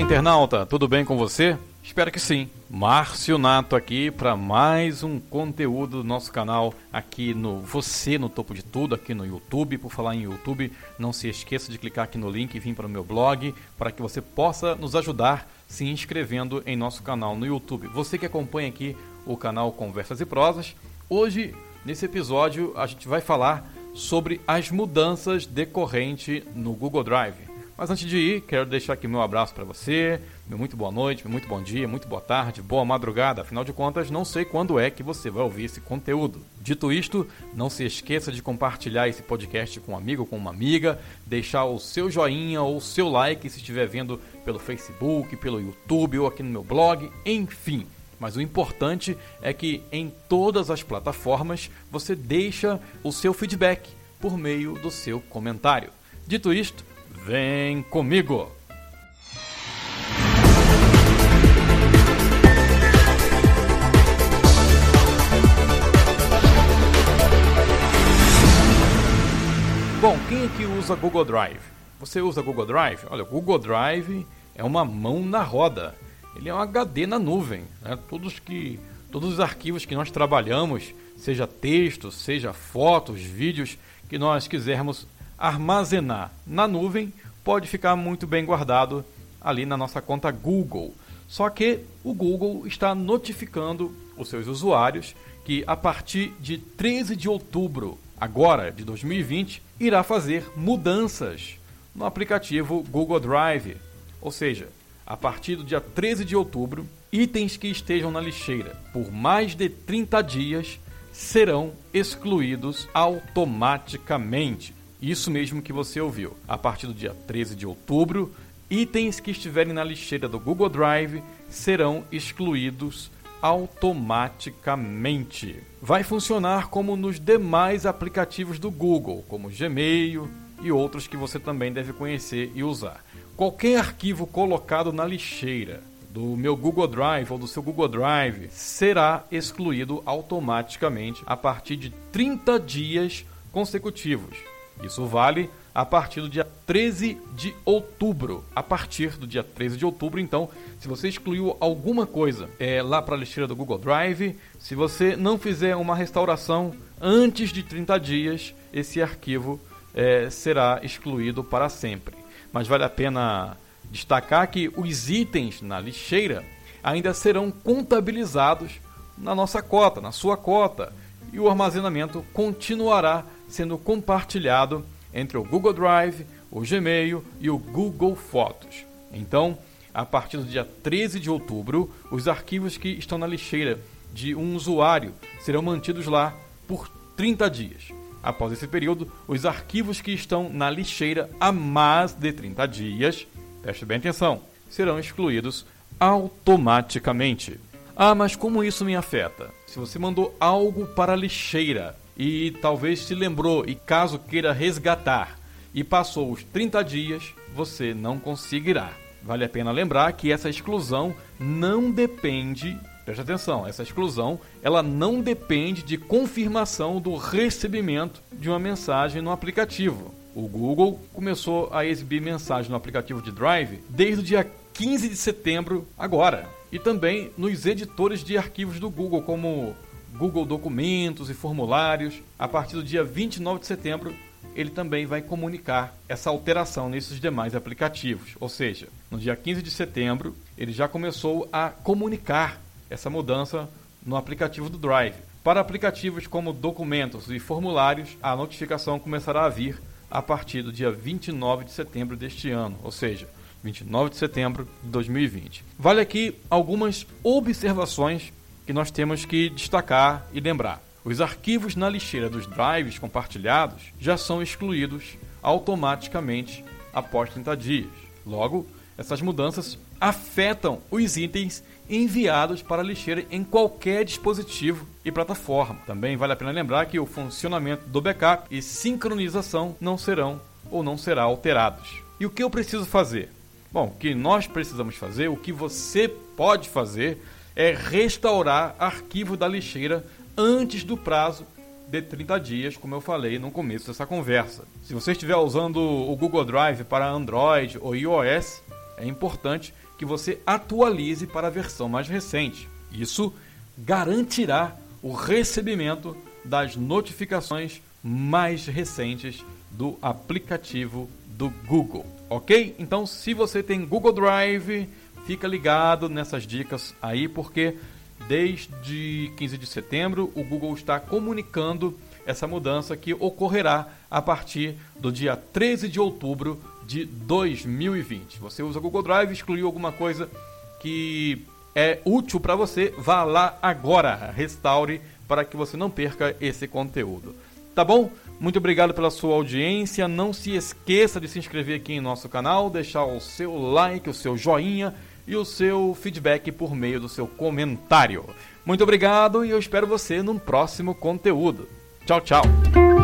internauta, tudo bem com você? Espero que sim. Márcio Nato aqui para mais um conteúdo do nosso canal aqui no Você no Topo de Tudo, aqui no YouTube. Por falar em YouTube, não se esqueça de clicar aqui no link e vir para o meu blog para que você possa nos ajudar se inscrevendo em nosso canal no YouTube. Você que acompanha aqui o canal Conversas e Prosas, hoje nesse episódio a gente vai falar sobre as mudanças decorrentes no Google Drive. Mas antes de ir, quero deixar aqui meu abraço para você, meu muito boa noite, meu muito bom dia, muito boa tarde, boa madrugada. Afinal de contas, não sei quando é que você vai ouvir esse conteúdo. Dito isto, não se esqueça de compartilhar esse podcast com um amigo, com uma amiga, deixar o seu joinha ou o seu like se estiver vendo pelo Facebook, pelo YouTube ou aqui no meu blog, enfim. Mas o importante é que em todas as plataformas você deixa o seu feedback por meio do seu comentário. Dito isto, vem comigo! Bom, quem aqui usa Google Drive? Você usa Google Drive? Olha, o Google Drive é uma mão na roda. Ele é um HD na nuvem, né? Todos os arquivos que nós trabalhamos, seja texto, seja fotos, vídeos, que nós quisermos armazenar na nuvem, pode ficar muito bem guardado ali na nossa conta Google. Só que o Google está notificando os seus usuários que a partir de 13 de outubro, agora de 2020, irá fazer mudanças no aplicativo Google Drive. Ou seja, a partir do dia 13 de outubro, itens que estejam na lixeira por mais de 30 dias serão excluídos automaticamente. Isso mesmo que você ouviu. A partir do dia 13 de outubro, itens que estiverem na lixeira do Google Drive serão excluídos automaticamente. Vai funcionar como nos demais aplicativos do Google, como Gmail e outros que você também deve conhecer e usar. Qualquer arquivo colocado na lixeira do meu Google Drive ou do seu Google Drive será excluído automaticamente a partir de 30 dias consecutivos. Isso vale a partir do dia 13 de outubro. A partir do dia 13 de outubro, então, se você excluiu alguma coisa lá para a lixeira do Google Drive, se você não fizer uma restauração antes de 30 dias, esse arquivo será excluído para sempre. Mas vale a pena destacar que os itens na lixeira ainda serão contabilizados na nossa cota, na sua cota, e o armazenamento continuará sendo compartilhado entre o Google Drive, o Gmail e o Google Fotos. Então, a partir do dia 13 de outubro, os arquivos que estão na lixeira de um usuário serão mantidos lá por 30 dias. Após esse período, os arquivos que estão na lixeira há mais de 30 dias, preste bem atenção, serão excluídos automaticamente. Ah, mas como isso me afeta? Se você mandou algo para a lixeira e talvez se lembrou e caso queira resgatar e passou os 30 dias, você não conseguirá. Vale a pena lembrar que essa exclusão não depende, preste atenção, essa exclusão ela não depende de confirmação do recebimento de uma mensagem no aplicativo. O Google começou a exibir mensagem no aplicativo de Drive desde o dia 15 de setembro agora. E também nos editores de arquivos do Google, como Google Documentos e Formulários. A partir do dia 29 de setembro, ele também vai comunicar essa alteração nesses demais aplicativos. Ou seja, no dia 15 de setembro, ele já começou a comunicar essa mudança no aplicativo do Drive. Para aplicativos como Documentos e Formulários, a notificação começará a vir a partir do dia 29 de setembro deste ano, ou seja, 29 de setembro de 2020. Vale aqui algumas observações que nós temos que destacar e lembrar. Os arquivos na lixeira dos drives compartilhados já são excluídos automaticamente após 30 dias. Logo, essas mudanças afetam os itens enviados para a lixeira em qualquer dispositivo e plataforma. Também vale a pena lembrar que o funcionamento do backup e sincronização não serão ou não será alterados. E o que eu preciso fazer? Bom, o que nós precisamos fazer, o que você pode fazer é restaurar arquivo da lixeira antes do prazo de 30 dias, como eu falei no começo dessa conversa. Se você estiver usando o Google Drive para Android ou iOS, é importante que que você atualize para a versão mais recente. Isso garantirá o recebimento das notificações mais recentes do aplicativo do Google, ok? Então, se você tem Google Drive, fica ligado nessas dicas aí, porque desde 15 de setembro o Google está comunicando essa mudança que ocorrerá a partir do dia 13 de outubro de 2020. Você usa Google Drive, excluiu alguma coisa que é útil para você, vá lá agora, restaure para que você não perca esse conteúdo. Tá bom? Muito obrigado pela sua audiência. Não se esqueça de se inscrever aqui em nosso canal, deixar o seu like, o seu joinha e o seu feedback por meio do seu comentário. Muito obrigado e eu espero você num próximo conteúdo. Tchau, tchau!